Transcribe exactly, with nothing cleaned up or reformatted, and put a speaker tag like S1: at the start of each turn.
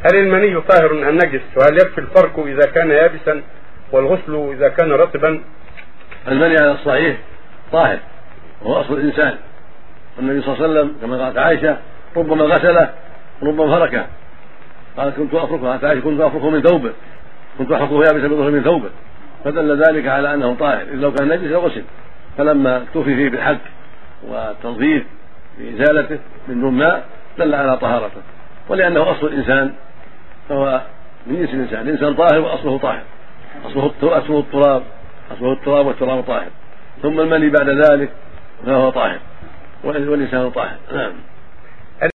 S1: هل المني طاهر أم نجس؟ وهل يكفي الفرك إذا كان يابسا والغسل إذا كان رطبا؟
S2: المني على الصحيح طاهر وهو أصل الإنسان، والنبي صلى الله عليه وسلم كما قالت عائشة ربما غسله وربما فركه، قالت كنت أفركه، قالت عائشة كنت أفركه من ثوبه، كنت أحكه يابسا بظهر من ثوبه، فدل ذلك على أنه طاهر، إذ لو كان نجس لغسل، فلما اكتفي فيه بالحك والتنظيف بإزالته من دون ماء دل على طهارته. ولأنه أصل الإنسان فهو من جنس الإنسان، الإنسان طاهر وأصله طاهر، أصله التراب، أصله التراب والتراب طاهر، ثم المني بعد ذلك فهو طاهر والإنسان طاهر. نعم.